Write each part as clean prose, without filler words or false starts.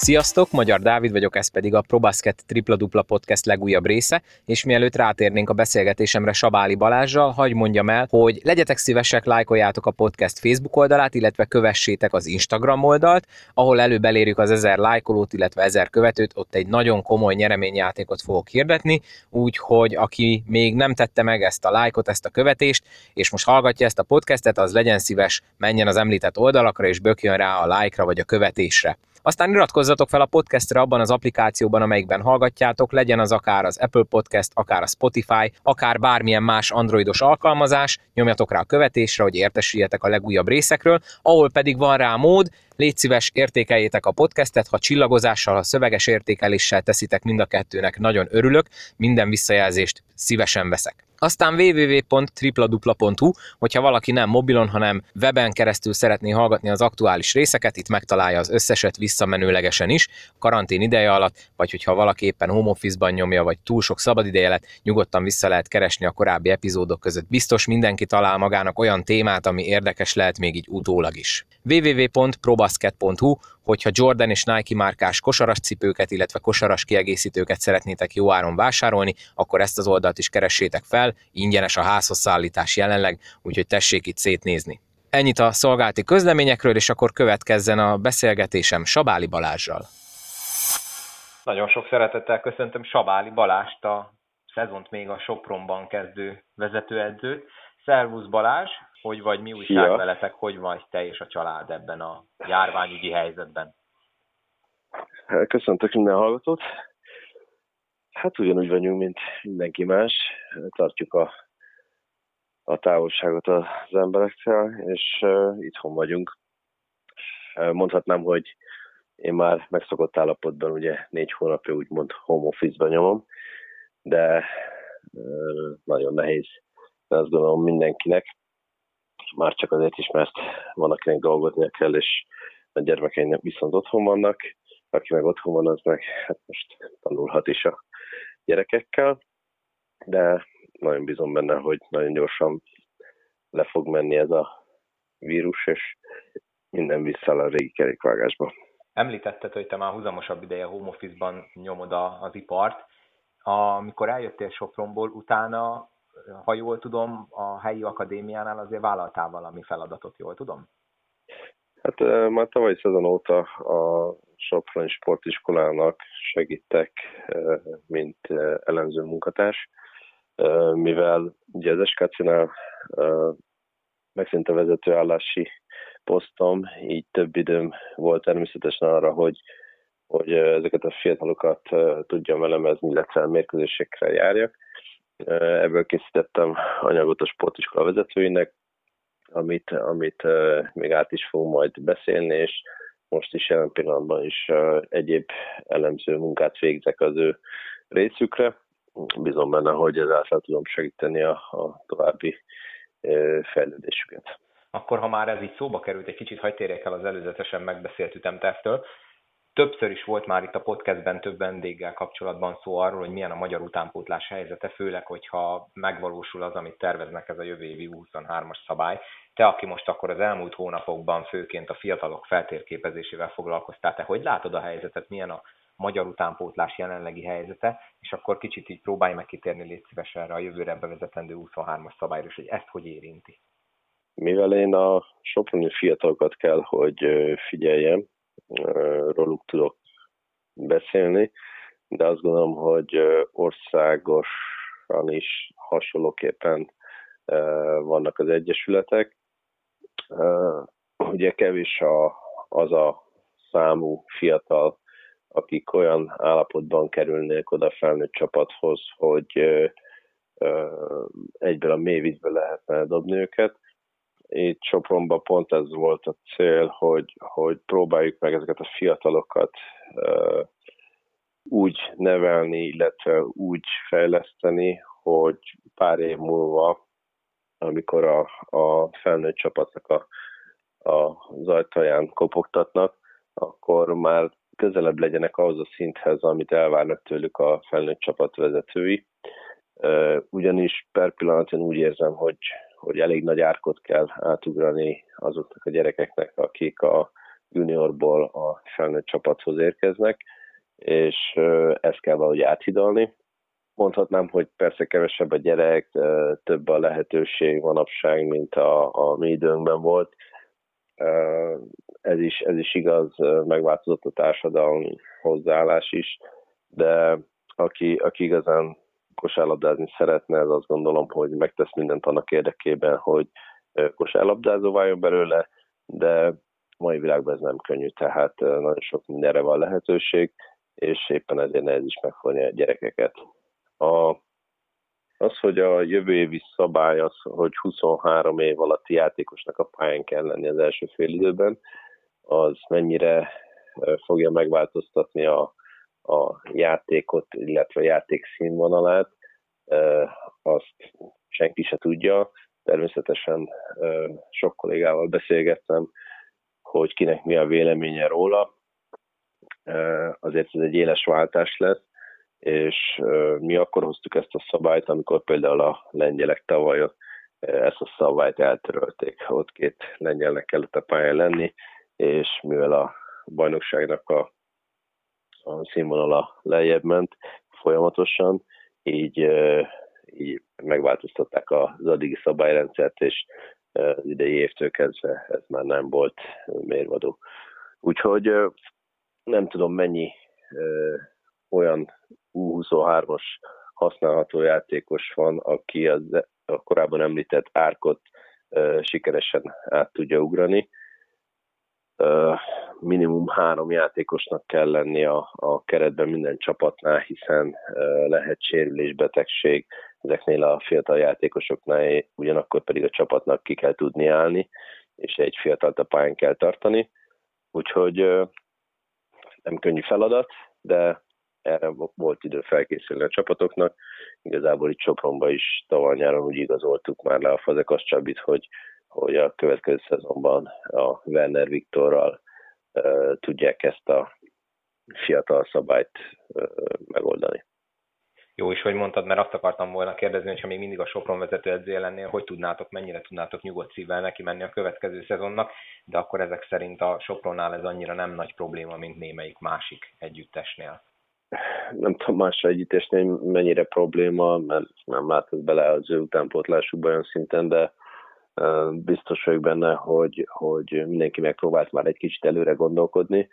Sziasztok, Magyar Dávid vagyok, ez pedig a ProBasket Tripla Dupla Podcast legújabb része, és mielőtt rátérnénk a beszélgetésemre Sabáli Balázssal, hadd mondjam el, hogy legyetek szívesek, lájkoljátok a podcast Facebook oldalát, illetve kövessétek az Instagram oldalt, ahol előbb elérjük az 1000 lájkolót, illetve 1000 követőt, ott egy nagyon komoly nyereményjátékot fogok hirdetni, úgyhogy aki még nem tette meg ezt a lájkot, ezt a követést, és most hallgatja ezt a podcastet, az legyen szíves, menjen az említett oldalakra, és bökjön rá a lájkra vagy a követésre. Aztán iratkozzatok fel a podcastre abban az applikációban, amelyikben hallgatjátok, legyen az akár az Apple Podcast, akár a Spotify, akár bármilyen más androidos alkalmazás, nyomjatok rá a követésre, hogy értesüljetek a legújabb részekről, ahol pedig van rá mód, légy szíves, értékeljétek a podcastet, ha csillagozással, ha szöveges értékeléssel teszitek mind a kettőnek, nagyon örülök, minden visszajelzést szívesen veszek. Aztán www.tripladupla.hu, hogyha valaki nem mobilon, hanem weben keresztül szeretné hallgatni az aktuális részeket, itt megtalálja az összeset visszamenőlegesen is, karantén ideje alatt, vagy hogyha valaki éppen home office-ban nyomja, vagy túl sok szabadideje lett, nyugodtan vissza lehet keresni a korábbi epizódok között. Biztos mindenki talál magának olyan témát, ami érdekes lehet még így utólag is. www.probasket.hu, hogyha Jordan és Nike márkás kosaras cipőket, illetve kosaras kiegészítőket szeretnétek jó áron vásárolni, akkor ezt az oldalt is keressétek fel, ingyenes a házhoz szállítás jelenleg, úgyhogy tessék itt szétnézni. Ennyit a szolgálati közleményekről, és akkor következzen a beszélgetésem Sabáli Balázssal. Nagyon sok szeretettel köszöntöm Sabáli Balást, a szezont még a Sopronban kezdő vezetőedzőt. Szervusz Balázs, hogy vagy, mi újság veletek, hogy vagy te és a család ebben a járványügyi helyzetben? Köszöntök minden hallgatót. Hát ugyanúgy vagyunk, mint mindenki más. Tartjuk a távolságot az emberekkel, és itthon vagyunk. Mondhatnám, hogy én már megszokott állapotban ugye 4 hónapja úgymond home office-ban nyomom, de nagyon nehéz, azt gondolom mindenkinek. Már csak azért is, mert van, akinek dolgoznia kell, és a gyermekeinek viszont otthon vannak. Aki meg otthon van, az meg hát most tanulhat is a gyerekekkel, de nagyon bízom benne, hogy nagyon gyorsan le fog menni ez a vírus, és minden visszaáll a régi kerékvágásba. Említetted, hogy te már húzamosabb ideje home office-ban nyomod az ipart. Amikor eljöttél Sopronból, utána, ha jól tudom, a helyi akadémiánál azért vállaltál valami feladatot, jól tudom? Hát már tavalyi szezon óta a Soproni Sportiskolának segítek, mint elemző munkatárs, mivel ugye az SKC-nál megszűnt a vezetőállási posztom, így több időm volt természetesen arra, hogy ezeket a fiatalokat tudjam elemezni, illetve mérkőzésekre járjak. Ebből készítettem anyagot a sportiskola vezetőinek, amit még át is fogunk majd beszélni, és most is jelen pillanatban is egyéb elemző munkát végzek az ő részükre. Bízom benne, hogy ezáltal tudom segíteni a további fejlődésüket. Akkor, ha már ez így szóba került, egy kicsit hadd térjek el az előzetesen megbeszélt ütemtervtől. Többször is volt már itt a podcastben több vendéggel kapcsolatban szó arról, hogy milyen a magyar utánpótlás helyzete, főleg, hogyha megvalósul az, amit terveznek, ez a jövő évi 23-as szabály. Te, aki most akkor az elmúlt hónapokban főként a fiatalok feltérképezésével foglalkoztál, te hogy látod a helyzetet, milyen a magyar utánpótlás jelenlegi helyzete, és akkor kicsit így próbálj meg kitérni, légy szíves erre a jövőre bevezetendő 23-as szabályra, és hogy ezt hogy érinti. Mivel én a soproni fiatalokat kell, hogy figyeljem, róluk tudok beszélni, de azt gondolom, hogy országosan is hasonlóképpen vannak az egyesületek. Ugye kevés az a számú fiatal, akik olyan állapotban kerülnék oda a felnőtt csapathoz, hogy egyből a mélyvízbe lehetne dobni őket. Itt Sopronban pont ez volt a cél, hogy próbáljuk meg ezeket a fiatalokat úgy nevelni, illetve úgy fejleszteni, hogy pár év múlva, amikor a felnőtt csapatnak az ajtaján kopogtatnak, akkor már közelebb legyenek ahhoz a szinthez, amit elvárnak tőlük a felnőtt csapat vezetői. Ugyanis per pillanat én úgy érzem, hogy elég nagy árkot kell átugrani azoknak a gyerekeknek, akik a juniorból a felnőtt csapathoz érkeznek, és ezt kell valahogy áthidalni. Mondhatnám, hogy persze kevesebb a gyerek, több a lehetőség manapság, mint a mi időnkben volt. Ez is igaz, megváltozott a társadalmi hozzáállás is, de aki igazán kosárlabdázni szeretne, ez azt gondolom, hogy megtesz mindent annak érdekében, hogy kosárlabdázó váljon belőle, de mai világban ez nem könnyű, tehát nagyon sok mindenre van lehetőség, és éppen ezért nehéz is megfogni a gyerekeket. Az, hogy a jövő évi szabály az, hogy 23 év alatti játékosnak a pályán kell lenni az első félidőben, az mennyire fogja megváltoztatni a játékot, illetve a játék színvonalát, azt senki se tudja. Természetesen sok kollégával beszélgettem, hogy kinek mi a véleménye róla. Azért ez egy éles váltás lesz, és mi akkor hoztuk ezt a szabályt, amikor például a lengyelek tavaly ezt a szabályt eltörölték. Ott 2 lengyelnek kellett a pályán lenni, és mivel a bajnokságnak a színvonala lejjebb ment folyamatosan, így megváltoztatták az addigi szabályrendszert, és az idei évtől kezdve ez már nem volt mérvadó. Úgyhogy nem tudom, mennyi olyan U23-as használható játékos van, aki a korábban említett árkot sikeresen át tudja ugrani. Minimum 3 játékosnak kell lenni a keretben minden csapatnál, hiszen lehet sérülés, betegség ezeknél a fiatal játékosoknál, ugyanakkor pedig a csapatnak ki kell tudni állni, és egy fiatalt a pályán kell tartani. Úgyhogy nem könnyű feladat, de erre volt idő felkészülni a csapatoknak. Igazából itt Sopronban is tavaly nyáron úgy igazoltuk már le a Fazekas Csabit, hogy a következő szezonban a Werner Viktorral tudják ezt a fiatal szabályt megoldani. Jó is, hogy mondtad, mert azt akartam volna kérdezni, hogyha még mindig a Sopron vezetőedzője lennél, mennyire tudnátok nyugodt szívvel neki menni a következő szezonnak, de akkor ezek szerint a Sopronnál ez annyira nem nagy probléma, mint némelyik másik együttesnél. Nem tudom, más együttesnél mennyire probléma, mert nem látod bele az ő utánpótlásukban olyan szinten, de biztos vagyok benne, hogy mindenki megpróbált már egy kicsit előre gondolkodni.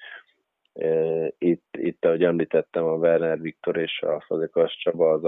Itt, ahogy említettem, a Werner Viktor és a Fazekas Csaba az,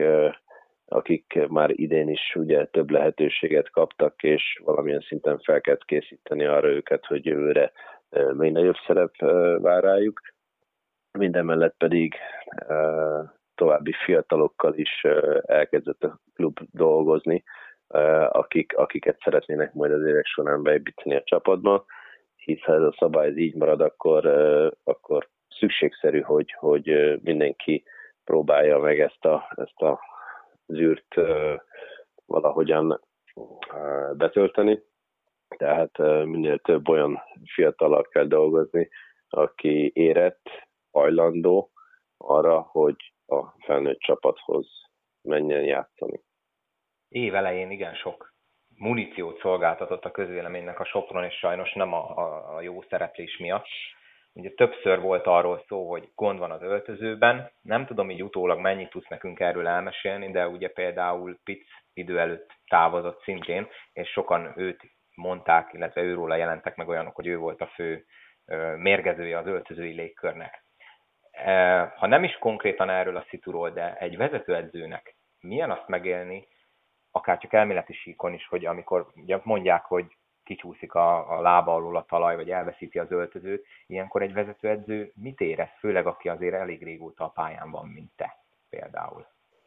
akik már idén is ugye több lehetőséget kaptak, és valamilyen szinten fel kell készíteni arra őket, hogy jövőre még nagyobb szerep vár rájuk. Mindemellett pedig további fiatalokkal is elkezdett a klub dolgozni, akiket szeretnének majd az évek során beépíteni a csapatba, hiszen ez a szabály így marad, akkor szükségszerű, hogy mindenki próbálja meg ezt a zűrt valahogyan betölteni. Tehát minél több olyan fiatallal kell dolgozni, aki érett, hajlandó arra, hogy a felnőtt csapathoz menjen játszani. Év elején igen sok muníciót szolgáltatott a közvéleménynek a Sopron, és sajnos nem a jó szereplés miatt. Ugye többször volt arról szó, hogy gond van az öltözőben. Nem tudom így utólag mennyit tudsz nekünk erről elmesélni, de ugye például Pitz idő előtt távozott szintén, és sokan őt mondták, illetve őróla jelentek meg olyanok, hogy ő volt a fő mérgezője az öltözői légkörnek. Ha nem is konkrétan erről a szituról, de egy vezetőedzőnek milyen azt megélni, akár csak elméleti síkon is, hogy amikor ugye mondják, hogy kicsúszik a lába alól a talaj, vagy elveszíti az öltözőt, ilyenkor egy vezetőedző mit érez, főleg aki azért elég régóta a pályán van, mint te például?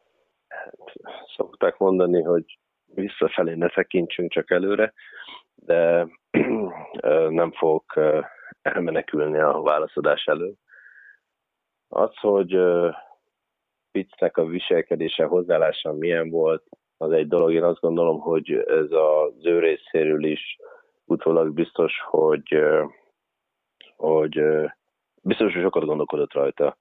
Szokták mondani, hogy visszafelé ne tekintsünk, csak előre, de nem fogok elmenekülni a válaszadás elől. Az, hogy Pitznek a viselkedése, hozzáállása milyen volt, az egy dolog. Én azt gondolom, hogy ez az ő részéről is utólag biztos, hogy biztos, hogy sokat gondolkodott rajta.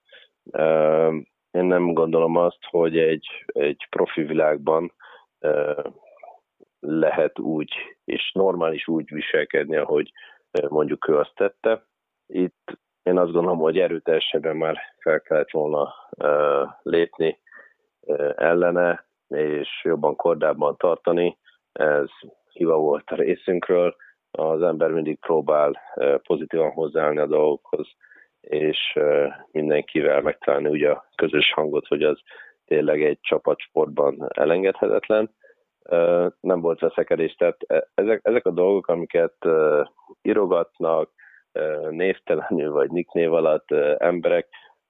Én nem gondolom azt, hogy egy profi világban lehet úgy, és normális úgy viselkedni, ahogy mondjuk ő azt tette. Itt én azt gondolom, hogy erőteljesebben már fel kellett volna lépni ellene, és jobban kordában tartani. Ez hiba volt a részünkről. Az ember mindig próbál pozitívan hozzáállni a dolgokhoz, és mindenkivel megtalálni ugye a közös hangot, hogy az tényleg egy csapatsportban elengedhetetlen. Nem volt veszekedés, tehát ezek a dolgok, amiket írogatnak névtelenül vagy nicknév alatt emberek,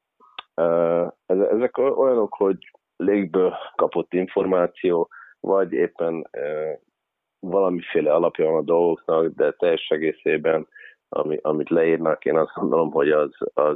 ezek olyanok, hogy légből kapott információ, vagy éppen valamiféle alapja van a dolgoknak, de teljes egészében, amit leírnak, én azt gondolom, hogy az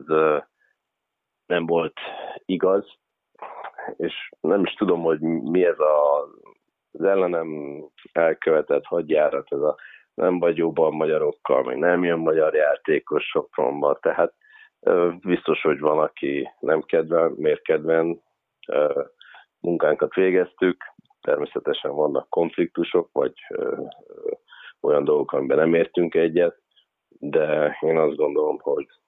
nem volt igaz, és nem is tudom, hogy mi ez az ellenem elkövetett hadjárat, ez a nem vagy jóban magyarokkal, meg nem jön magyar játékos Sopronba, tehát biztos, hogy van, aki nem kedvel, mérkedven munkánkat végeztük, természetesen vannak konfliktusok, vagy olyan dolgok, amiben nem értünk egyet, de én azt gondolom,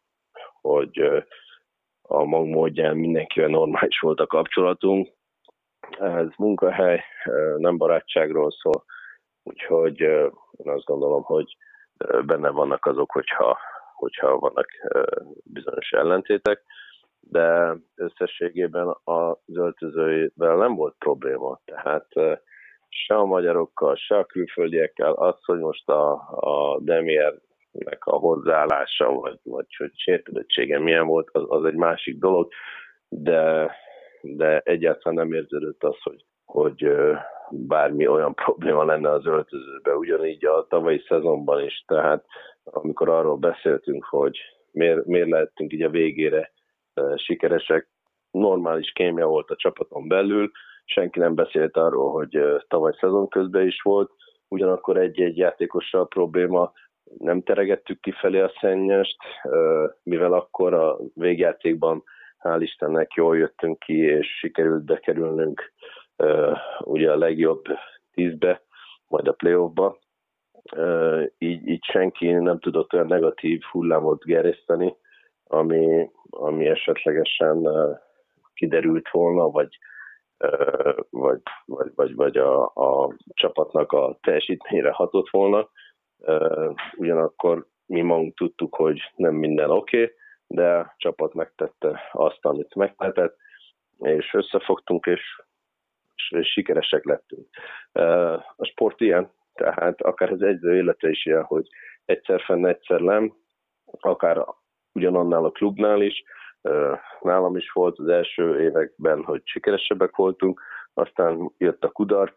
hogy a magunk módján mindenkivel normális volt a kapcsolatunk. Ez munkahely, nem barátságról szól, úgyhogy én azt gondolom, hogy benne vannak azok, hogyha vannak bizonyos ellentétek, de összességében az öltözőivel nem volt probléma. Tehát se a magyarokkal, se a külföldiekkel, az, hogy most a Demiernek a hozzáállása, vagy hogy sértődöttsége milyen volt, az egy másik dolog, de egyáltalán nem érződött az, hogy bármi olyan probléma lenne az öltözőben, ugyanígy a tavalyi szezonban is. Tehát amikor arról beszéltünk, hogy miért lehettünk így a végére sikeresek, normális kémia volt a csapaton belül, senki nem beszélt arról, hogy tavaly szezon közben is volt, ugyanakkor egy-egy játékossal probléma, nem teregettük kifelé a szennyest, mivel akkor a végjátékban hál' Istennek jól jöttünk ki, és sikerült bekerülnünk ugye a legjobb 10-be, majd a playoffba. Így senki nem tudott olyan negatív hullámot gerjeszteni, ami esetlegesen kiderült volna, vagy a csapatnak a teljesítményre hatott volna. Ugyanakkor mi magunk tudtuk, hogy nem minden oké, de a csapat megtette azt, amit megtehetett, és összefogtunk, és sikeresek lettünk. A sport ilyen, tehát akár az edző élete is ilyen, hogy egyszer fenn, egyszer nem, akár ugyanannál a klubnál is. Nálam is volt az első években, hogy sikeresebbek voltunk, aztán jött a kudarc,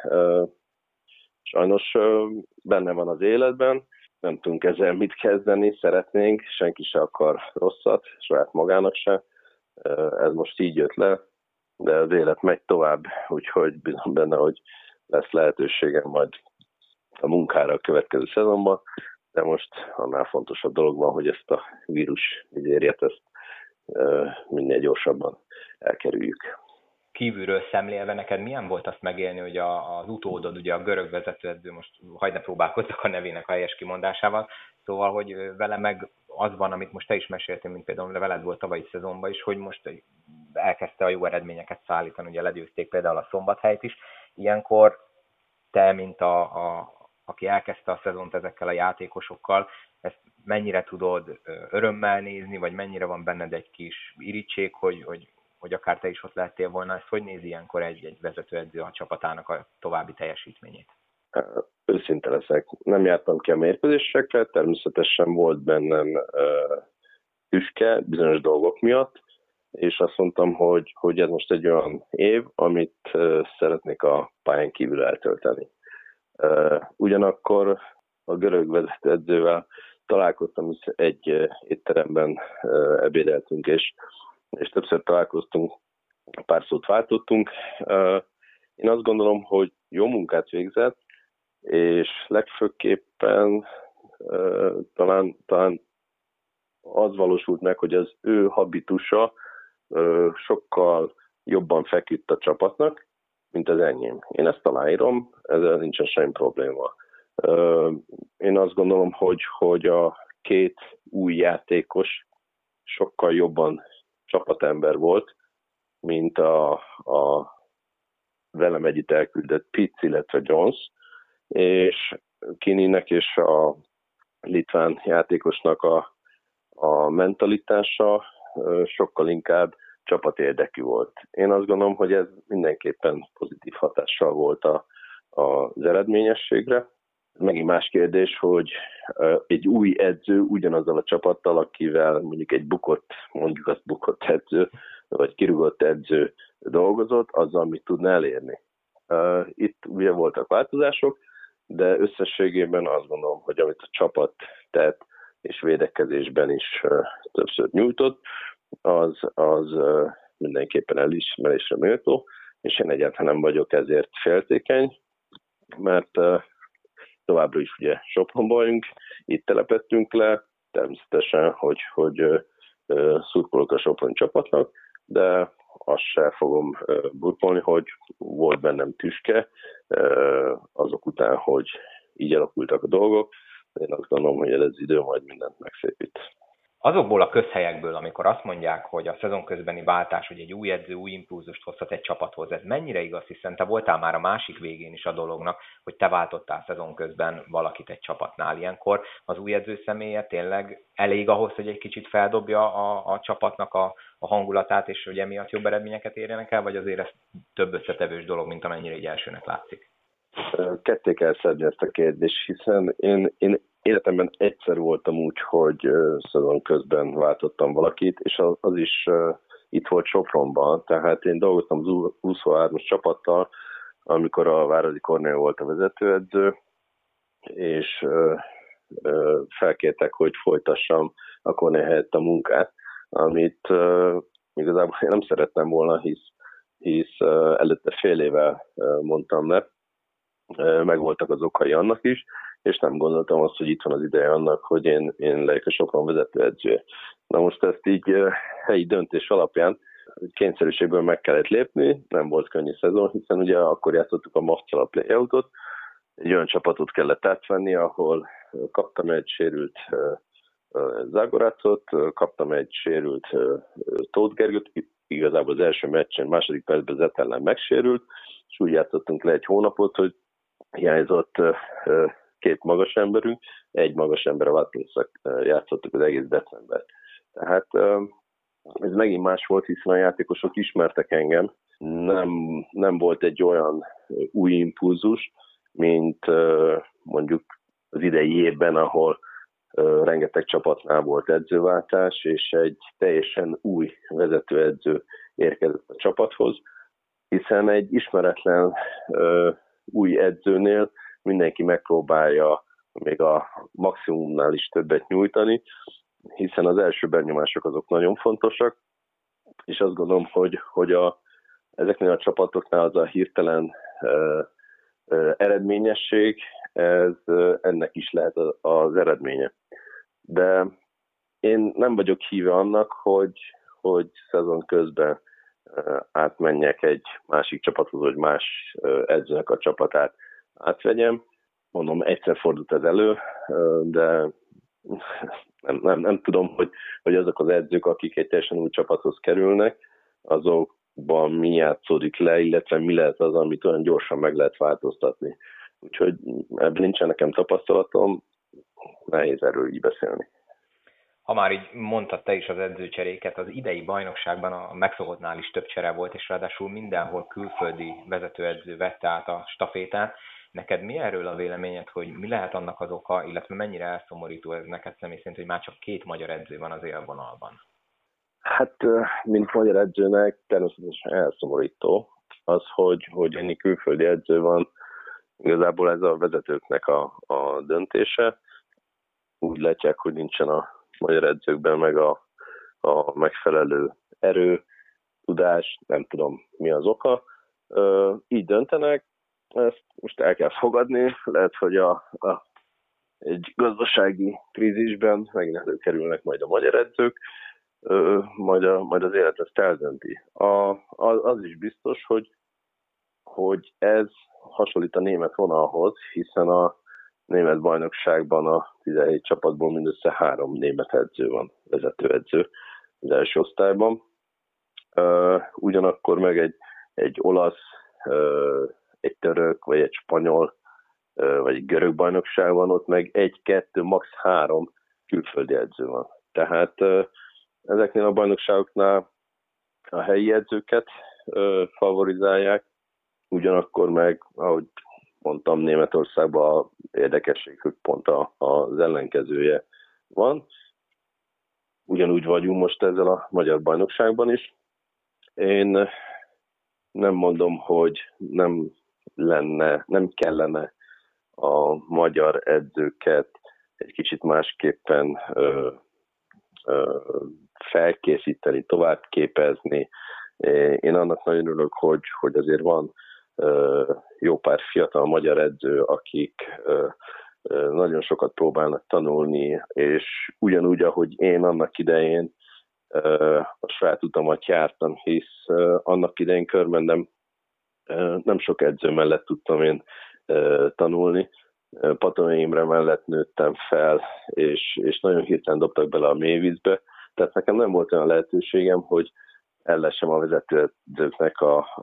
sajnos benne van az életben, nem tudunk ezzel mit kezdeni, szeretnénk, senki se akar rosszat, saját magának se, ez most így jött le, de az élet megy tovább, úgyhogy bízom benne, hogy lesz lehetőségem majd a munkára a következő szezonban, de most annál fontosabb dolog van, hogy ezt a vírus vizérjet, ezt minél gyorsabban elkerüljük. Kívülről szemlélve neked milyen volt azt megélni, hogy az utódod, ugye a görög vezetőedző, most hagyd ne próbálkozzak a nevének a helyes kimondásával, szóval, hogy vele meg az van, amit most te is meséltél, mint például veled volt tavalyi szezonban is, hogy most elkezdte a jó eredményeket szállítani, ugye legyőzték például a Szombathelyt is. Ilyenkor te, mint aki elkezdte a szezont ezekkel a játékosokkal, ezt mennyire tudod örömmel nézni, vagy mennyire van benned egy kis irigység, hogy akár te is ott lehettél volna, ezt hogy nézi ilyenkor egy vezetőedző a csapatának a további teljesítményét? Őszinte leszek, nem jártam ki a mérkőzésekre, természetesen volt bennem tüske bizonyos dolgok miatt, és azt mondtam, hogy ez most egy olyan év, amit szeretnék a pályán kívül eltölteni. Ugyanakkor a görög vezetőedzővel találkoztam, egy étteremben ebédeltünk, és többször találkoztunk, pár szót váltottunk. Én azt gondolom, hogy jó munkát végzett, és legfőképpen talán az valósult meg, hogy az ő habitusa sokkal jobban feküdt a csapatnak, mint az enyém. Én ezt aláírom, ezzel nincsen semmi probléma. Én azt gondolom, hogy a két új játékos sokkal jobban csapatember volt, mint a velem együtt elküldött Pitts, illetve Jones, és Kininek és a litván játékosnak a mentalitása sokkal inkább csapatérdekű volt. Én azt gondolom, hogy ez mindenképpen pozitív hatással volt az eredményességre. Megint más kérdés, hogy egy új edző ugyanazzal a csapattal, akivel mondjuk egy bukott edző, vagy kirúgott edző dolgozott, azzal mit tudna elérni. Itt ugye voltak változások, de összességében azt gondolom, hogy amit a csapat tett, és védekezésben is többször nyújtott, az mindenképpen elismerésre méltó, és én egyáltalán nem vagyok ezért féltékeny, mert továbbra is ugye Sopronban vagyunk, itt telepettünk le, természetesen, hogy szurkolok a Sopron csapatnak, de azt se fogom burkolni, hogy volt bennem tüske azok után, hogy így alakultak a dolgok. Én azt gondolom, hogy ez idő majd mindent megszépít. Azokból a közhelyekből, amikor azt mondják, hogy a szezon közbeni váltás, hogy egy új edző új impulzust hozhat egy csapathoz, ez mennyire igaz, hiszen te voltál már a másik végén is a dolognak, hogy te váltottál szezon közben valakit egy csapatnál. Ilyenkor az új edző személye tényleg elég ahhoz, hogy egy kicsit feldobja a csapatnak a hangulatát, és hogy emiatt jobb eredményeket érjenek el, vagy azért ez több összetevős dolog, mint amennyire így elsőnek látszik? Ketté kell szedni ezt a kérdést, hiszen én életemben egyszer voltam úgy, hogy szezon közben váltottam valakit, és az is itt volt Sopronban, tehát én dolgoztam az 23-as csapattal, amikor a Váradi Kornél volt a vezetőedző, és felkértek, hogy folytassam a Kornél helyett a munkát, amit igazából én nem szerettem volna, hisz előtte fél éve mondtam le, megvoltak az okai annak is, és nem gondoltam azt, hogy itt van az ideje annak, hogy én legyek a Sopron vezetőedzője. Na most ezt így helyi döntés alapján kényszerűségből meg kellett lépni, nem volt könnyű szezon, hiszen ugye akkor játszottuk a Mavcal a play-outot, egy olyan csapatot kellett átvenni, ahol kaptam egy sérült Zágorácot, kaptam egy sérült Tóth Gergőt, igazából az első meccsen, második percben Zet ellen megsérült, és úgy játszottunk le egy hónapot, hogy hiányzott két magas emberünk, egy magas ember a Watkins-szak játszottuk az egész decembert. Tehát ez megint más volt, hiszen a játékosok ismertek engem, nem volt egy olyan új impulzus, mint mondjuk az idei évben, ahol rengeteg csapatnál volt edzőváltás, és egy teljesen új vezetőedző érkezett a csapathoz, hiszen egy ismeretlen új edzőnél mindenki megpróbálja még a maximumnál is többet nyújtani, hiszen az első benyomások azok nagyon fontosak, és azt gondolom, hogy ezeknél a csapatoknál az a hirtelen eredményesség, ennek is lehet az eredménye. De én nem vagyok híve annak, hogy szezon közben átmenjek egy másik csapathoz, hogy más edzőnek a csapatát átvegyem. Mondom, egyszer fordult ez elő, de nem tudom, hogy azok az edzők, akik egy teljesen új csapathoz kerülnek, azokban mi játszódik le, illetve mi lehet az, amit olyan gyorsan meg lehet változtatni. Úgyhogy ebben nincsen nekem tapasztalatom, nehéz erről így beszélni. Ha már így mondtad te is az edzőcseréket, az idei bajnokságban a megszokottnál is több csere volt, és ráadásul mindenhol külföldi vezetőedző vette át a stafétát. Neked mi erről a véleményed, hogy mi lehet annak az oka, illetve mennyire elszomorító ez neked személy szerint, hogy már csak két magyar edző van az élvonalban? Hát, mint magyar edzőnek természetesen elszomorító az, hogy ennyi külföldi edző van, igazából ez a vezetőknek a döntése. Úgy látják, hogy nincsen a magyar edzőkben meg a megfelelő erő, tudás, nem tudom mi az oka. Így döntenek, ezt most el kell fogadni, lehet, hogy egy gazdasági krízisben megint előkerülnek majd a magyar edzők, majd az élet ezt eldönti. Az is biztos, hogy ez hasonlít a német vonalhoz, hiszen német bajnokságban a 17 csapatból mindössze 3 német edző van, vezetőedző az első osztályban. Ugyanakkor meg egy olasz, egy török, vagy egy spanyol, vagy egy görög bajnokság van, ott meg 1-2, max. 3 külföldi edző van. Tehát ezeknél a bajnokságoknál a helyi edzőket favorizálják, ugyanakkor meg, ahogy mondtam, Németországban érdekesség, hogy pont az ellenkezője van. Ugyanúgy vagyunk most ezzel a magyar bajnokságban is. Én nem mondom, hogy nem kellene a magyar edzőket egy kicsit másképpen felkészíteni, továbbképezni. Én annak nagyon örülök, hogy azért van jó pár fiatal magyar edző, akik nagyon sokat próbálnak tanulni, és ugyanúgy, ahogy én annak idején a saját utamat jártam, hisz annak idején Körmendem nem sok edző mellett tudtam én tanulni. Patonai Imre mellett nőttem fel, és nagyon hirtelen dobtak bele a mélyvízbe, tehát nekem nem volt olyan lehetőségem, hogy ellessem a vezetőedzőknek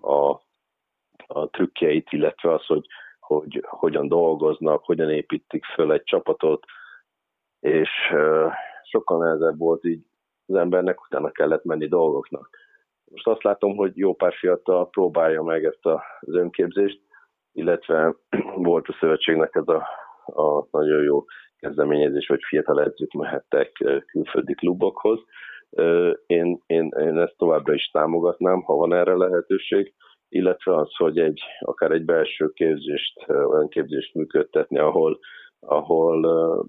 a trükkjeit, illetve az, hogy hogyan dolgoznak, hogyan építik föl egy csapatot, és sokkal nehezebb volt így az embernek, utána kellett menni dolgoknak. Most azt látom, hogy jó pár fiatal próbálja meg ezt az önképzést, illetve volt a szövetségnek ez a nagyon jó kezdeményezés, hogy fiatal edzők mehettek külföldi klubokhoz. Én ezt továbbra is támogatnám, ha van erre lehetőség, illetve az, hogy akár egy belső képzést, olyan képzést működtetni, ahol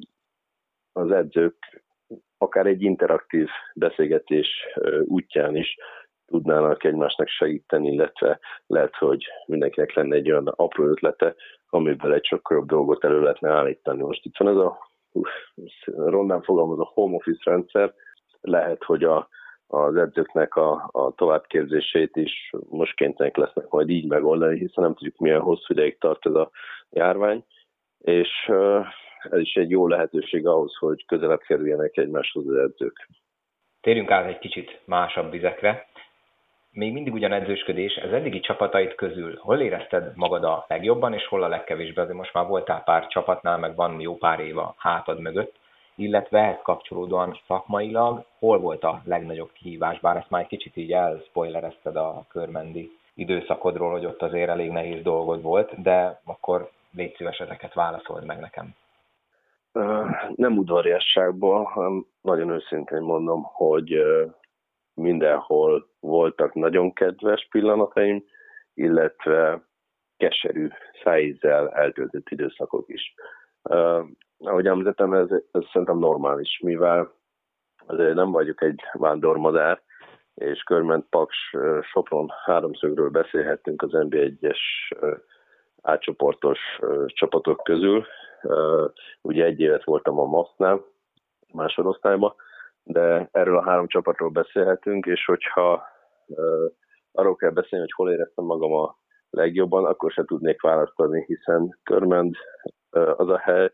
az edzők akár egy interaktív beszélgetés útján is tudnának egymásnak segíteni, illetve lehet, hogy mindenkinek lenne egy olyan apró ötlete, amiből egy sokkal jobb dolgot elő lehetne állítani. Most itt van ez rondán fogalmazó home office rendszer, lehet, hogy az edzőknek a továbbképzését is most kénytelenek lesznek majd így megoldani, hiszen nem tudjuk, milyen hosszú ideig tart ez a járvány, és ez is egy jó lehetőség ahhoz, hogy közelebb kerüljenek egymáshoz az edzők. Térjünk át egy kicsit másabb vizekre. Még mindig ugyan edzősködés, az eddigi csapataid közül hol érezted magad a legjobban, és hol a legkevésbé? Azért most már voltál pár csapatnál, meg van jó pár év a hátad mögött, illetve ehhez kapcsolódóan szakmailag hol volt a legnagyobb kihívás, bár ezt már egy kicsit így elspoilerezted a körmendi időszakodról, hogy ott azért elég nehéz dolgod volt, de akkor légy szíves, ezeket válaszold meg nekem. Nem udvariasságból, hanem nagyon őszintén mondom, hogy mindenhol voltak nagyon kedves pillanataim, illetve keserű szájízzel eltöltött időszakok is. Ahogy említettem, ez szerintem normális, mivel azért nem vagyok egy vándormadár, és Körmend, Paks, Sopron háromszögről beszélhettünk az NB1-es átcsoportos csapatok közül. Ugye egy évet voltam a MASZ-nál, másodosztályban, de erről a 3 csapatról beszélhetünk, és hogyha arról kell beszélni, hogy hol éreztem magam a legjobban, akkor se tudnék választani, hiszen Körmend az a hely,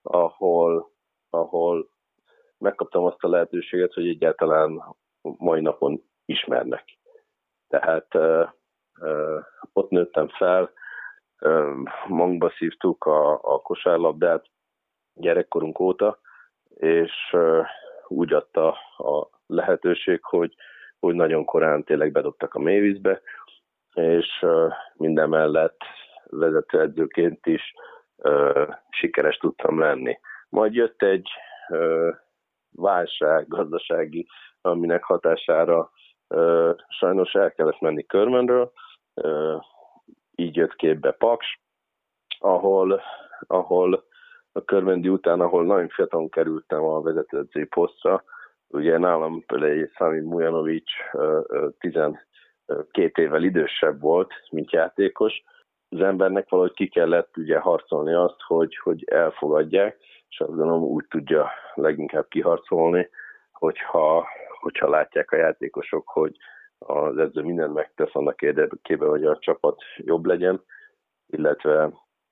ahol megkaptam azt a lehetőséget, hogy egyáltalán mai napon ismernek. Tehát ott nőttem fel, magunkba szívtuk a kosárlabdát gyerekkorunk óta, és úgy adta a lehetőség, hogy nagyon korán tényleg bedobtak a mélyvízbe, és mindemellett vezetőedzőként is sikeres tudtam lenni. Majd jött egy válság gazdasági, aminek hatására sajnos el kellett menni Körmendről, így jött képbe Paks, ahol a körmendi után, ahol nagyon fiatalon kerültem a vezetőedzői posztra, ugye nálam például Sami Mujanovic 12 évvel idősebb volt, mint játékos. Az embernek valahogy ki kellett ugye harcolni azt, hogy elfogadják, és azt gondolom úgy tudja leginkább kiharcolni, hogyha látják a játékosok, hogy az edző mindent megtesz annak érdekében, hogy a csapat jobb legyen, illetve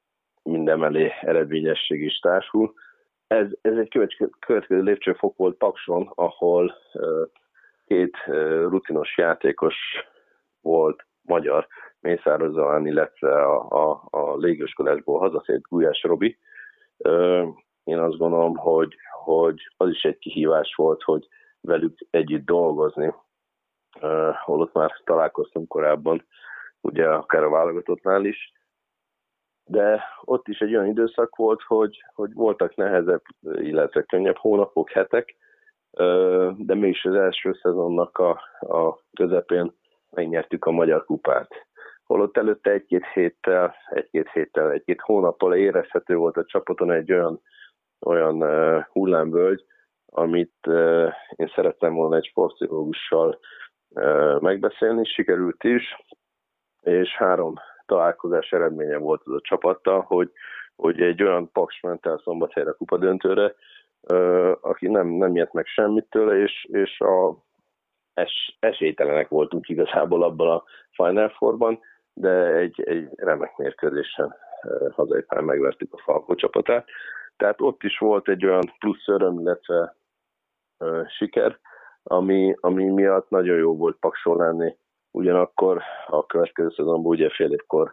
minden mellé eredményesség is társul. Ez egy következő lépcsőfok volt Pakson, ahol két rutinos játékos volt magyar, Mészáros Zalán, illetve a légióskodásból hazatért Gulyás Robi. Én azt gondolom, hogy az is egy kihívás volt, hogy velük együtt dolgozni, holott már találkoztunk korábban, ugye akár a válogatottnál is, de ott is egy olyan időszak volt, hogy voltak nehezebb, illetve könnyebb hónapok, hetek, de mégis az első szezonnak a közepén megnyertük a Magyar Kupát. Holott előtte egy-két hónappal érezhető volt a csapaton egy olyan hullámvölgy, amit én szerettem volna egy sportpszichológussal megbeszélni, sikerült is, és 3 találkozás eredménye volt az a csapattal, hogy egy olyan Paks ment el Szombathelyre kupadöntőre, aki nem ijedt meg semmit tőle, és esélytelenek voltunk igazából abban a Final Fourban, de egy remek mérkőzésen hazai pályán megvertük a Falkó csapatát. Tehát ott is volt egy olyan plusz öröm, illetve siker, ami miatt nagyon jó volt Pakson lenni. Ugyanakkor a következő szezonban ugye fél évkor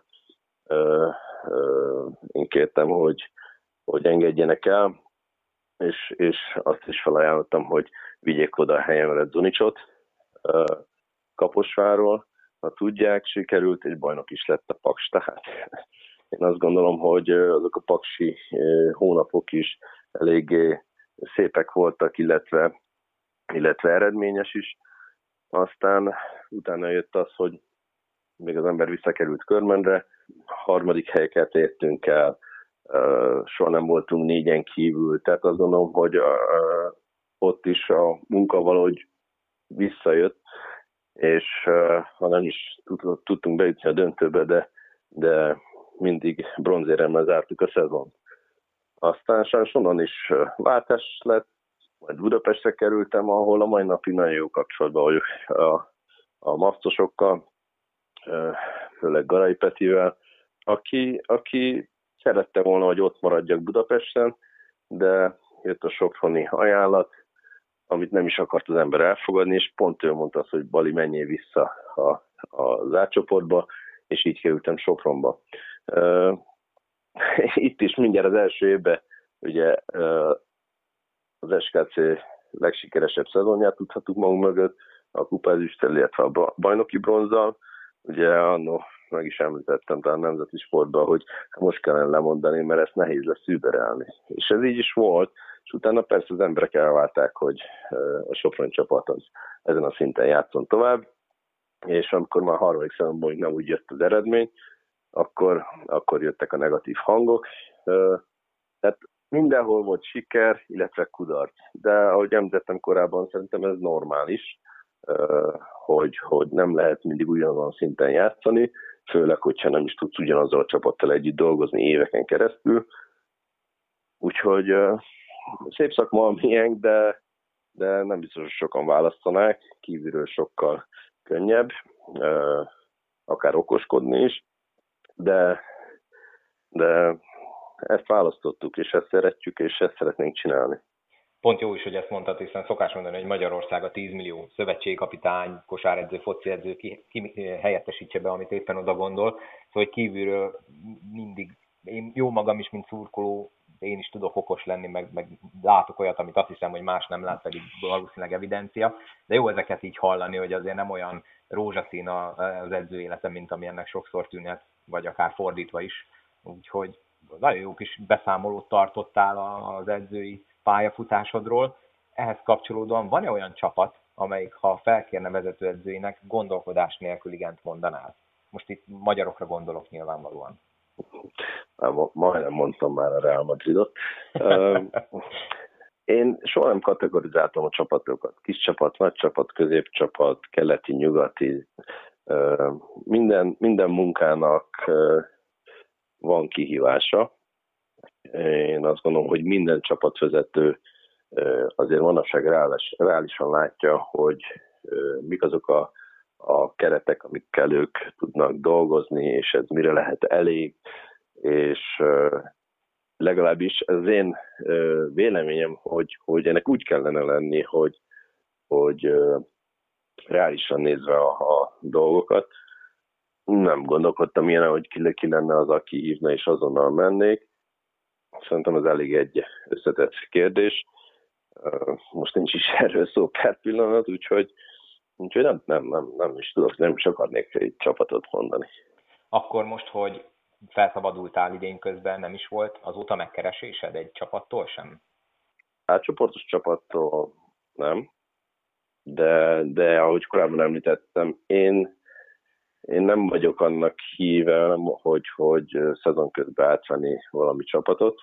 én kértem, hogy engedjenek el, és azt is felajánlottam, hogy vigyék oda a helyemre Zunicsot Kaposvárról. Ha tudják, sikerült, és bajnok is lett a Paks. Tehát én azt gondolom, hogy azok a paksi hónapok is eléggé szépek voltak, illetve eredményes is. Aztán utána jött az, hogy még az ember visszakerült Körmendre, 3. helyeket értünk el, soha nem voltunk 4-en kívül, tehát azt gondolom, hogy ott is a munka valahogy visszajött, és ha nem is tudtunk bejutni a döntőbe, de mindig bronzéremmel zártuk a szezont. Aztán sajnos onnan is váltás lett, majd Budapestre kerültem, ahol a mai napig nagyon jó kapcsolatban vagyok a masztosokkal, főleg Garai Petivel, aki szerette volna, hogy ott maradjak Budapesten, de jött a soproni ajánlat, amit nem is akart az ember elfogadni, és pont ő mondta azt, hogy Bali, menjél vissza az átcsoportba, és így kerültem Sopronba. Itt is mindjárt az első évben ugye az SKC legsikeresebb szezonját tudhattuk magunk mögött, a kupa ezüsttel, illetve a bajnoki bronzzal. Ugye annó meg is említettem talán nemzeti sportban, hogy most kellene lemondani, mert ezt nehéz lesz überelni. És ez így is volt, és utána persze az emberek elválták, hogy a Sopron csapat az ezen a szinten játszon tovább, és amikor már a 3. szezonban nem úgy jött az eredmény, akkor jöttek a negatív hangok. Tehát mindenhol volt siker, illetve kudarc. De ahogy említettem korábban, szerintem ez normális, hogy nem lehet mindig ugyanazon szinten játszani, főleg, hogyha nem is tudsz ugyanazzal a csapattal együtt dolgozni éveken keresztül. Úgyhogy szép szakma a miénk, de nem biztos, hogy sokan választanák, kívülről sokkal könnyebb, akár okoskodni is, de ezt választottuk, és ezt szeretjük, és ezt szeretnénk csinálni. Pont jó is, hogy ezt mondtad, hiszen szokás mondani, hogy Magyarország a 10 millió szövetségkapitány, kosáredző, fociedző ki helyettesítse be, amit éppen oda gondol. Szóval, hogy kívülről mindig, én jó magam is, mint szurkoló, én is tudok okos lenni, meg látok olyat, amit azt hiszem, hogy más nem lát, pedig valószínűleg evidencia. De jó ezeket így hallani, hogy azért nem olyan rózsaszín az edző élete, mint ami ennek sokszor tűnhet, vagy akár fordítva is. Úgyhogy nagyon jó kis beszámolót tartottál az edzői pályafutásodról. Ehhez kapcsolódóan van-e olyan csapat, amelyik, ha felkérne vezetőedzőinek, gondolkodás nélkül igent mondanál? Most itt magyarokra gondolok nyilvánvalóan. Majdnem mondtam már a Real Madridot. Én soha nem kategorizáltam a csapatokat. Kis csapat, nagy csapat, középcsapat, keleti, nyugati. Minden munkának van kihívása. Én azt gondolom, hogy minden csapatvezető azért manapság reálisan látja, hogy mik azok a keretek, amikkel ők tudnak dolgozni, és ez mire lehet elég. és legalábbis ez az én véleményem, hogy ennek úgy kellene lenni, hogy reálisan nézve a dolgokat, nem gondolkodtam ilyen, hogy ki lenne az, aki hívna, és azonnal mennék. Szerintem ez elég egy összetett kérdés. Most nincs is erről szó per pillanat, úgyhogy nem is tudok, nem is akarnék egy csapatot mondani. Akkor most, hogy felszabadultál idén közben, nem is volt azóta megkeresésed egy csapattól sem? Hát csoportos csapattól nem, de ahogy korábban említettem, én nem vagyok annak híve, hogy szezon közben átvenni valami csapatot.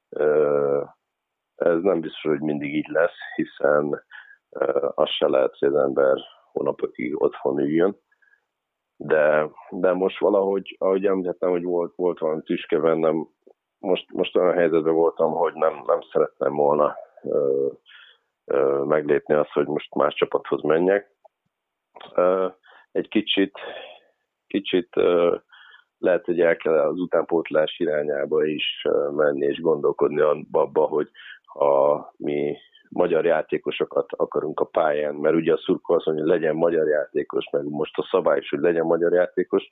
Ez nem biztos, hogy mindig így lesz, hiszen az se lehet, hogy az ember hónapokig otthon üljön. De most valahogy, ahogy említettem, hogy volt valami tüske bennem, most olyan helyzetben voltam, hogy nem szerettem volna meglépni azt, hogy most más csapathoz menjek. Egy kicsit lehet, hogy el kell az utánpótlás irányába is menni és gondolkodni abba, hogy ha mi magyar játékosokat akarunk a pályán, mert ugye a szurkoló azt mondja, hogy legyen magyar játékos, meg most a szabály is, hogy legyen magyar játékos,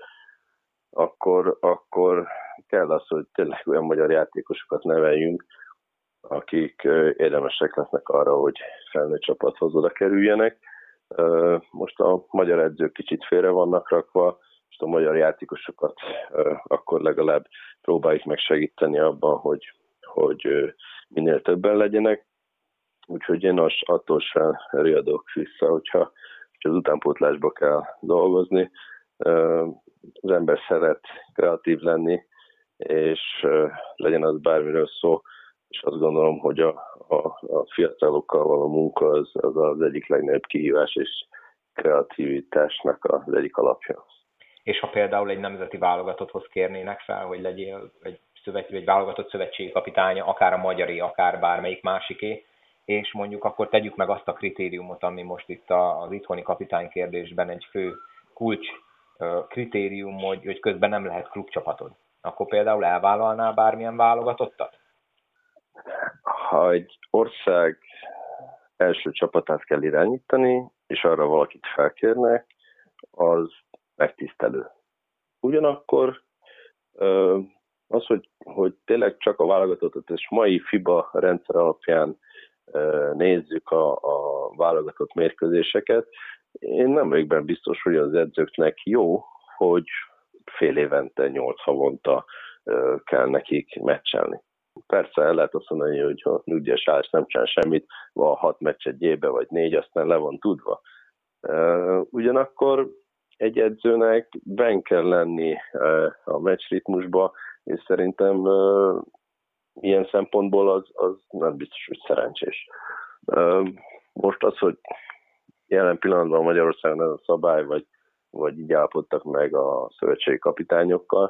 akkor kell az, hogy tényleg olyan magyar játékosokat neveljünk, akik érdemesek lesznek arra, hogy felnőtt csapathoz oda kerüljenek. Most a magyar edzők kicsit félre vannak rakva, és a magyar játékosokat akkor legalább próbáljuk meg segíteni abban, hogy minél többen legyenek. Úgyhogy én attól sem riadok vissza, hogyha az utánpótlásba kell dolgozni. Az ember szeret kreatív lenni, és legyen az bármiről szó, és azt gondolom, hogy a fiatalokkal való munka az egyik legnagyobb kihívás, és kreativitásnak az egyik alapja. És ha például egy nemzeti válogatotthoz kérnének fel, hogy legyél egy válogatott szövetségi kapitánya, akár a magyaré, akár bármelyik másiké, és mondjuk akkor tegyük meg azt a kritériumot, ami most itt az itthoni kapitány kérdésben egy fő kulcs kritérium, hogy közben nem lehet klubcsapatod. Akkor például elvállalnál bármilyen válogatottat? Ha egy ország első csapatát kell irányítani, és arra valakit felkérnek, az megtisztelő. Ugyanakkor az, hogy tényleg csak a válogatottat, és mai FIBA rendszer alapján nézzük a válogatott mérkőzéseket, én nem vagyok benne biztos, hogy az edzőknek jó, hogy fél évente, 8 havonta kell nekik meccselni. Persze el lehet azt mondani, hogy ha nyugdíjas állás nem csinál semmit, van 6 meccs egy évbe, vagy 4, aztán le van tudva. Ugyanakkor egy edzőnek benn kell lenni a meccsritmusba, és szerintem ilyen szempontból az nem biztos, hogy szerencsés. Most az, hogy jelen pillanatban Magyarországon ez a szabály, vagy így állapodtak meg a szövetségi kapitányokkal,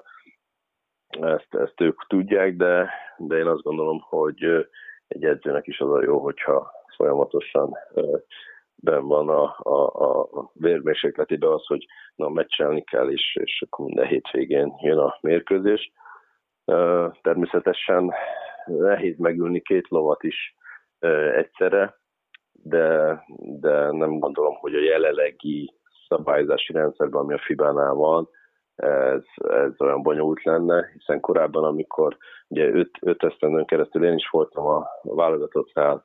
ezt ők tudják, de én azt gondolom, hogy egy edzőnek is az a jó, hogyha folyamatosan benn van a vérmérsékletében az, hogy meccselni kell, és akkor minden hétvégén jön a mérkőzés. Természetesen nehéz megülni 2 lovat is egyszerre, de nem gondolom, hogy a jelenlegi szabályozási rendszerben, ami a FIBA-nál van, ez olyan bonyolult lenne, hiszen korábban, amikor ugye 5 esztendőn keresztül én is voltam a válogatottnál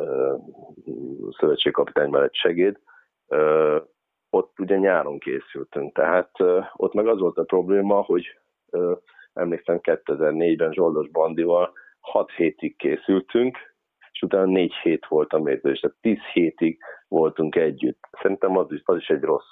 szövetségkapitány mellett segéd, ott ugye nyáron készültünk, tehát ott meg az volt a probléma, hogy emlékszem 2004-ben Zsoldos Bandival 6 hétig készültünk, és utána 4 hét volt a mérkőzés, tehát 10 hétig voltunk együtt. Szerintem az is egy rossz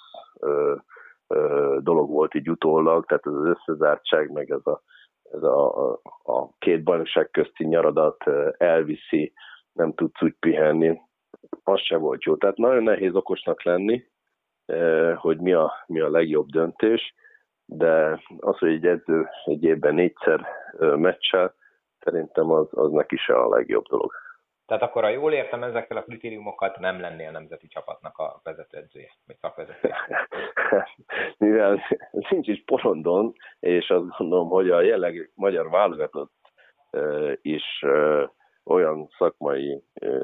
dolog volt így utólag, tehát ez az összezártság, meg ez a 2 bajnokság közti nyaradat elviszi, nem tudsz úgy pihenni, az sem volt jó. Tehát nagyon nehéz okosnak lenni, hogy mi a legjobb döntés, de az, hogy egy edző egy évben 4-szer meccsel, szerintem az neki se a legjobb dolog. Tehát akkor, ha jól értem, ezekkel a kritériumokat nem lennél nemzeti csapatnak a vezetőedzője, vagy szakvezetője? mivel nincs is porondon, és azt gondolom, hogy a jelenlegi magyar válogatott is olyan szakmai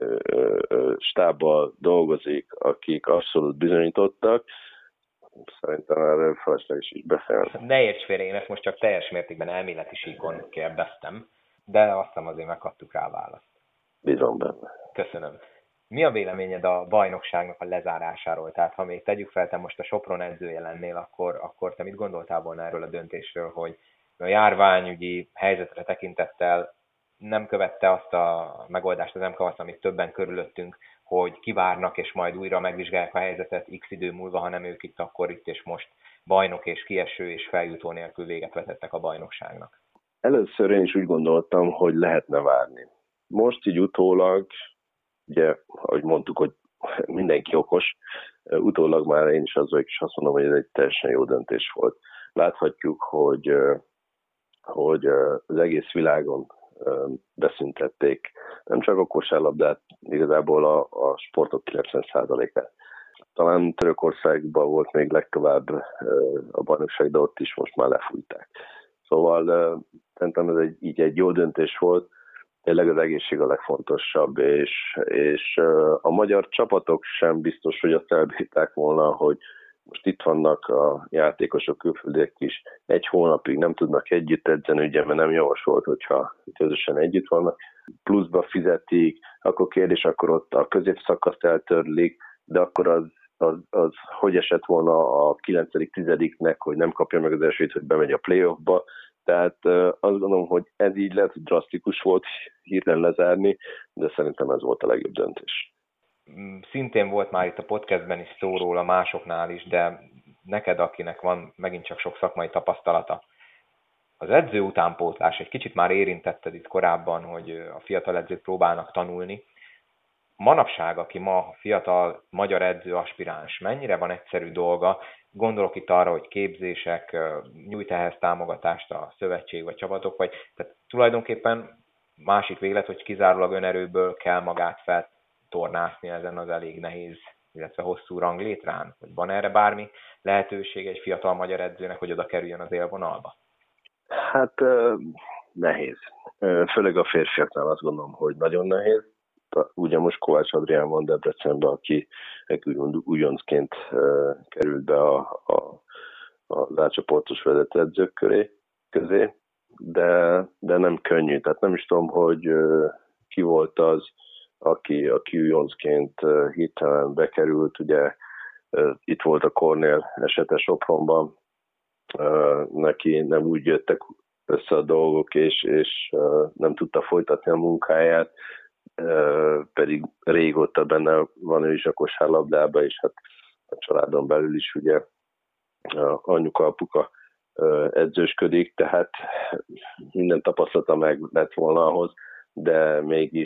stábbal dolgozik, akik abszolút bizonyítottak, szerintem erről felesleges is beszélni. Ne érts félre, én ezt most csak teljes mértékben elméleti síkon kérdeztem, de azt hiszem azért megkaptuk rá a választ. Bízom benne. Köszönöm. Mi a véleményed a bajnokságnak a lezárásáról? Tehát ha még tegyük fel, te most a Sopron edzője lennél, akkor te mit gondoltál volna erről a döntésről, hogy a járványügyi helyzetre tekintettel nem követte azt a megoldást az MKASZ, amit többen körülöttünk, hogy kivárnak és majd újra megvizsgálják a helyzetet x idő múlva, hanem ők itt és most bajnok és kieső és feljutó nélkül véget vetettek a bajnokságnak? Először én is úgy gondoltam, hogy lehetne várni. Most így utólag, ugye, ahogy mondtuk, hogy mindenki okos, utólag már én is az vagyok, és azt mondom, hogy ez egy teljesen jó döntés volt. Láthatjuk, hogy az egész világon beszüntették nem csak a kosárlabdát, igazából a sportok 90%-át. Talán Törökországban volt még legtovább a bajnokság, de ott is most már lefújták. Szóval szerintem ez egy jó döntés volt, tényleg az egészség a legfontosabb, és a magyar csapatok sem biztos, hogy azt elbírták volna, hogy most itt vannak a játékosok, külföldiek is, egy hónapig nem tudnak együtt edzeni, ugye, mert nem javasolt, hogyha közösen együtt vannak, pluszba fizetik, akkor kérdés, akkor ott a középszakaszt eltörlik, de akkor az hogy esett volna a 9.-10-nek, hogy nem kapja meg az esélyt, hogy bemegy a playoffba. Tehát azt gondolom, hogy ez így lehet, hogy drasztikus volt hirtelen lezárni, de szerintem ez volt a legjobb döntés. Szintén volt már itt a podcastben is szó róla, másoknál is, de neked, akinek van megint csak sok szakmai tapasztalata, az edző utánpótlás, egy kicsit már érintetted itt korábban, hogy a fiatal edzők próbálnak tanulni. Manapság, aki ma fiatal magyar edző aspiráns, mennyire van egyszerű dolga? Gondolok itt arra, hogy képzések, nyújt ehhez támogatást a szövetség vagy csapatok, vagy tehát tulajdonképpen másik véglet, hogy kizárólag önerőből kell magát feltornászni ezen az elég nehéz, illetve hosszú ranglétrán? Vagy van erre bármi lehetőség egy fiatal magyar edzőnek, hogy oda kerüljön az élvonalba? Hát nehéz. Főleg a férfiaknál azt gondolom, hogy nagyon nehéz. Ugye most Kovács Adrián van Debrecenbe, aki újoncként került be az átcsoportos vezető edzők közé, de nem könnyű. Tehát nem is tudom, hogy ki volt az, aki újoncként hirtelen bekerült. Ugye itt volt a Kornél esete Sopronban, neki nem úgy jöttek össze a dolgok, és nem tudta folytatni a munkáját, pedig régóta benne van ő is a kosárlabdában, és hát a családon belül is ugye anyuka, apuka edzősködik, tehát minden tapasztalata meg lett volna ahhoz, de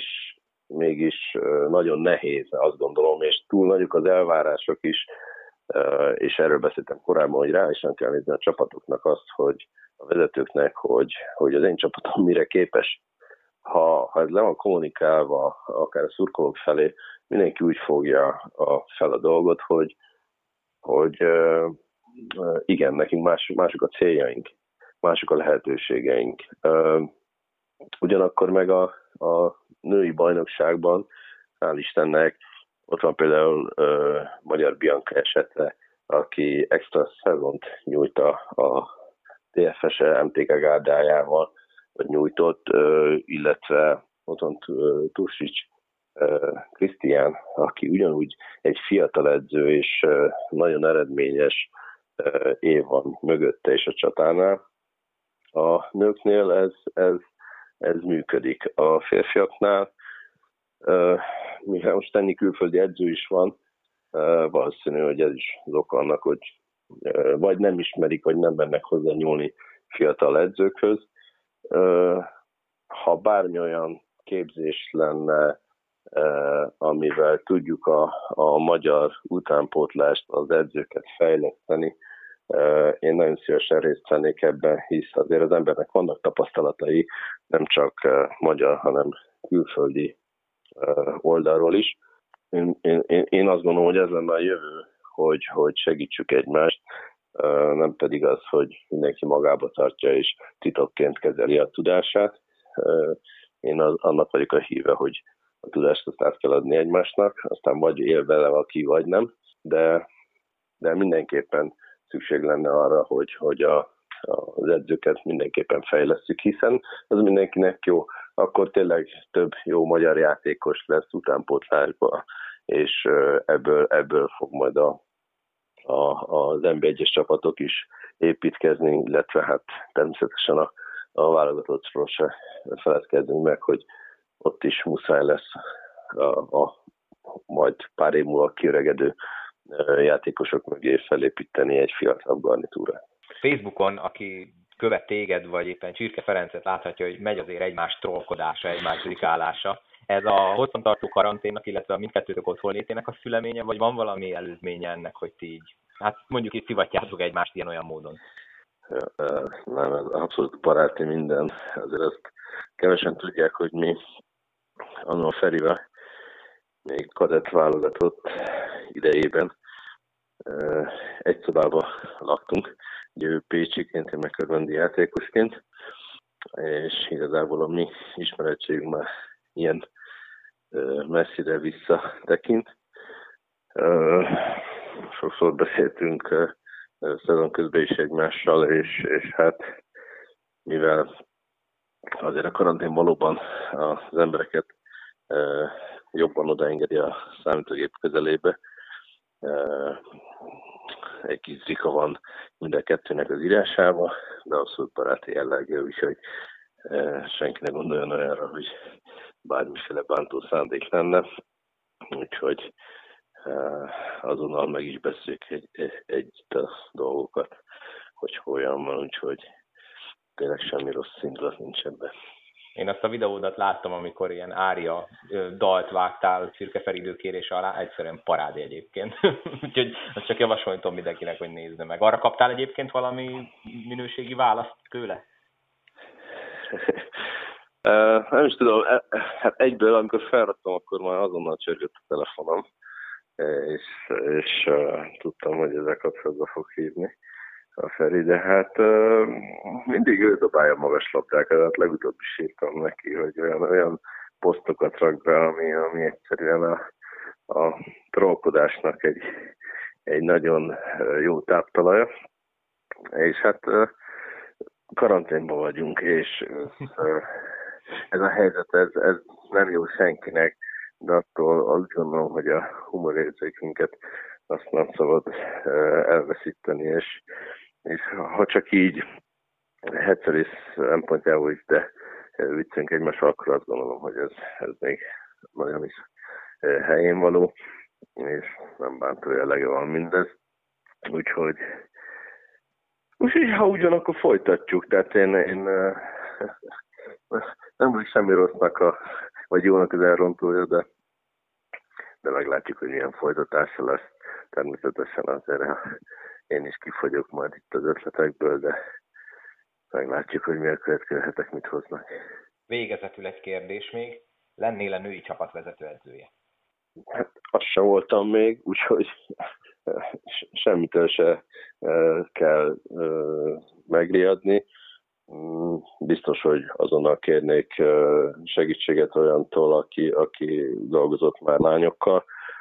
mégis nagyon nehéz, azt gondolom, és túl nagyok az elvárások is, és erről beszéltem korábban, hogy rá is kell nézni a csapatoknak azt, hogy a vezetőknek, hogy az én csapatom mire képes. Ha ez le van kommunikálva, akár a szurkolók felé, mindenki úgy fogja fel a dolgot, hogy igen, nekünk mások a céljaink, mások a lehetőségeink. Ugyanakkor meg a női bajnokságban, hál' Istennek, ott van például Magyar Bianca esete, aki extra szezont nyújt a TFS-e MTK gárdájával, vagy nyújtott, illetve ott van Tursics Krisztián, aki ugyanúgy egy fiatal edző, és nagyon eredményes év van mögötte és a csatánál. A nőknél ez működik. A férfiaknál, mivel most ennyi külföldi edző is van, valószínű, hogy ez is az oka annak, hogy vagy nem ismerik, vagy nem mennek hozzá nyúlni fiatal edzőkhöz. Ha bármi olyan képzés lenne, amivel tudjuk a magyar utánpótlást, az edzőket fejleszteni, én nagyon szívesen részt vennék ebben, hisz azért az embernek vannak tapasztalatai, nem csak magyar, hanem külföldi oldalról is. Én azt gondolom, hogy ez lenne a jövő, hogy segítsük egymást, nem pedig az, hogy mindenki magába tartja és titokként kezeli a tudását. Én annak vagyok a híve, hogy a tudást azt át kell adni egymásnak, aztán vagy él vele valaki, vagy nem, de mindenképpen szükség lenne arra, hogy az edzőket mindenképpen fejlesszük, hiszen az mindenkinek jó. Akkor tényleg több jó magyar játékos lesz utánpótlásba, és ebből fog majd az NB1-es csapatok is építkezni, illetve hát természetesen a válogatottról se feledkezzünk meg, hogy ott is muszáj lesz majd pár év múlva kiöregedő játékosok mögé felépíteni egy fiatalabb garnitúrát. Facebookon, aki követ téged, vagy éppen Csirke Ferencet láthatja, hogy megy azért egymás trollkodása, egymás rikálása. Ez a hosszantartó karanténnak, illetve a mindkettőtök otthonlétének a szüleménye, vagy van valami előzménye ennek, hogy ti így, hát mondjuk itt szivatjátok egymást ilyen-olyan módon? Nem, ez abszolút baráti minden. Azért azt kevesen tudják, hogy mi anno Ferivel még kadett válogatott idejében egy szobában laktunk, ugye ő pécsiként, én meg körbendi játékosként, és igazából a mi ismerettségünk már ilyen messzire visszatekint. Sokszor beszéltünk szezon közben is egymással, és hát mivel azért a karantén valóban az embereket jobban odaengedi a számítógép közelébe, egy kis zrika van mind a kettőnek az írásába, de abszolút baráti jelleggel, úgyhogy senki ne gondoljon olyanra, hogy bármiféle bántó szándék lenne. Úgyhogy azonnal meg is beszéljük együtt a dolgokat, hogy hogyan van, úgyhogy tényleg semmi rossz indulat nincs ebben. Én azt a videódat láttam, amikor ilyen ária dalt vágtál Csirke Feri időkérése alá, egyszerűen parádé egyébként. Úgyhogy azt csak javasoltam mindenkinek, hogy nézze meg. Arra kaptál egyébként valami minőségi választ tőle? Nem is tudom, hát egyből, amikor felraktam, akkor már azonnal csörgött a telefonom, és tudtam, hogy ezzel kapcsolatban fog hívni a Feri, de hát mindig ő dobálja magas labdákat, hát legutóbb is írtam neki, hogy olyan posztokat rak be, ami egyszerűen a trollkodásnak egy nagyon jó táptalaja, és hát karanténban vagyunk, és ez a helyzet, ez nem jó senkinek, de attól azt gondolom, hogy a humorérzékünket azt nem szabad elveszíteni, és ha csak így hetszerész szempontjából is, de viccünk egymással, akkor azt gondolom, hogy ez még nagyon is helyén való, és nem bántó jellege van mindez. Úgyhogy ha ugyanakkor folytatjuk, tehát én nem vagyok semmi rossznak vagy jónak az elrontója, de meglátjuk, hogy milyen folytatása lesz. Természetesen azért én is kifogyok majd itt az ötletekből, de meglátjuk, hogy milyen következhetek, mit hoznak. Végezetül egy kérdés még. Lennél-e női csapatvezető edzője? Hát azt sem voltam még, úgyhogy semmitől se kell megriadni. Biztos, hogy azonnal kérnék segítséget olyantól, aki dolgozott már lányokkal,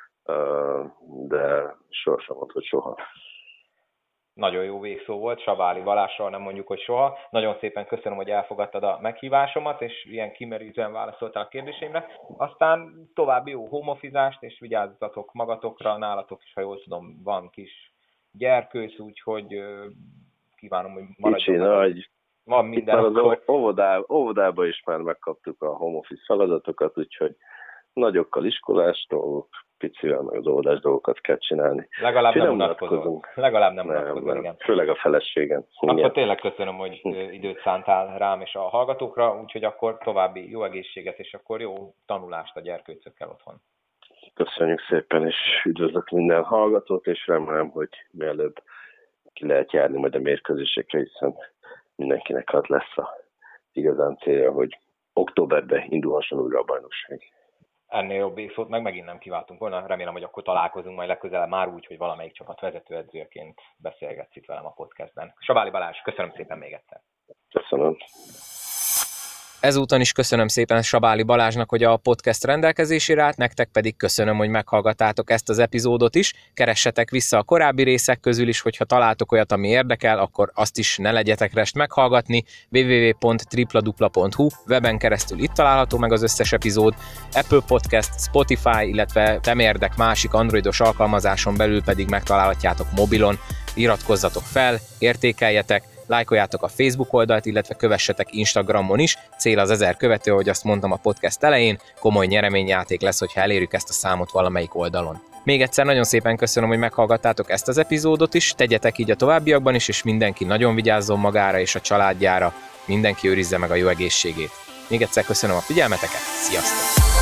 de sohasem mondta, hogy soha. Nagyon jó végszó volt, Sabály Balással nem mondjuk, hogy soha. Nagyon szépen köszönöm, hogy elfogadtad a meghívásomat, és ilyen kimerítően válaszoltál a kérdéseimre. Aztán további jó homofizást, és vigyázzatok magatokra, nálatok is, ha jól tudom, van kis gyerkőc, úgyhogy kívánom, hogy maradjon. Van minden. Már az óvodában is már megkaptuk a home office feladatokat, úgyhogy nagyokkal iskolás dolgok, picivel meg az óvodás dolgokat kell csinálni. Legalább nem unatkozunk. Igen. Főleg a feleségen. Akkor tényleg köszönöm, hogy időt szántál rám és a hallgatókra, úgyhogy akkor további jó egészséget, és akkor jó tanulást a gyerkőcökkel otthon. Köszönjük szépen, és üdvözlök minden hallgatót, és remélem, hogy mielőbb ki lehet járni majd a mérkőzésekre, hiszen mindenkinek az lesz a igazán célja, hogy októberben indulhasson újra a bajnokság. ennél jobb észót meg megint nem kiváltunk volna. Remélem, hogy akkor találkozunk majd legközelebb már úgy, hogy valamelyik csapat vezetőedzőjeként beszélgetsz itt velem a podcastben. Sabály Balázs, köszönöm szépen még egyszer. Köszönöm. Ezúton is köszönöm szépen Sabály Balázsnak, hogy a podcast rendelkezésére állt, nektek pedig köszönöm, hogy meghallgattátok ezt az epizódot is. Keressetek vissza a korábbi részek közül is, hogyha találtok olyat, ami érdekel, akkor azt is ne legyetek rest meghallgatni. www.tripladupla.hu weben keresztül itt található meg az összes epizód, Apple Podcast, Spotify, illetve Temérdek másik androidos alkalmazáson belül pedig megtalálhatjátok mobilon. Iratkozzatok fel, értékeljetek, lájkoljátok a Facebook oldalt, illetve kövessetek Instagramon is. Cél az 1000 követő, ahogy azt mondtam a podcast elején. Komoly nyereményjáték lesz, hogyha elérjük ezt a számot valamelyik oldalon. Még egyszer nagyon szépen köszönöm, hogy meghallgattátok ezt az epizódot is. Tegyetek így a továbbiakban is, és mindenki nagyon vigyázzon magára és a családjára. Mindenki őrizze meg a jó egészségét. Még egyszer köszönöm a figyelmeteket. Sziasztok!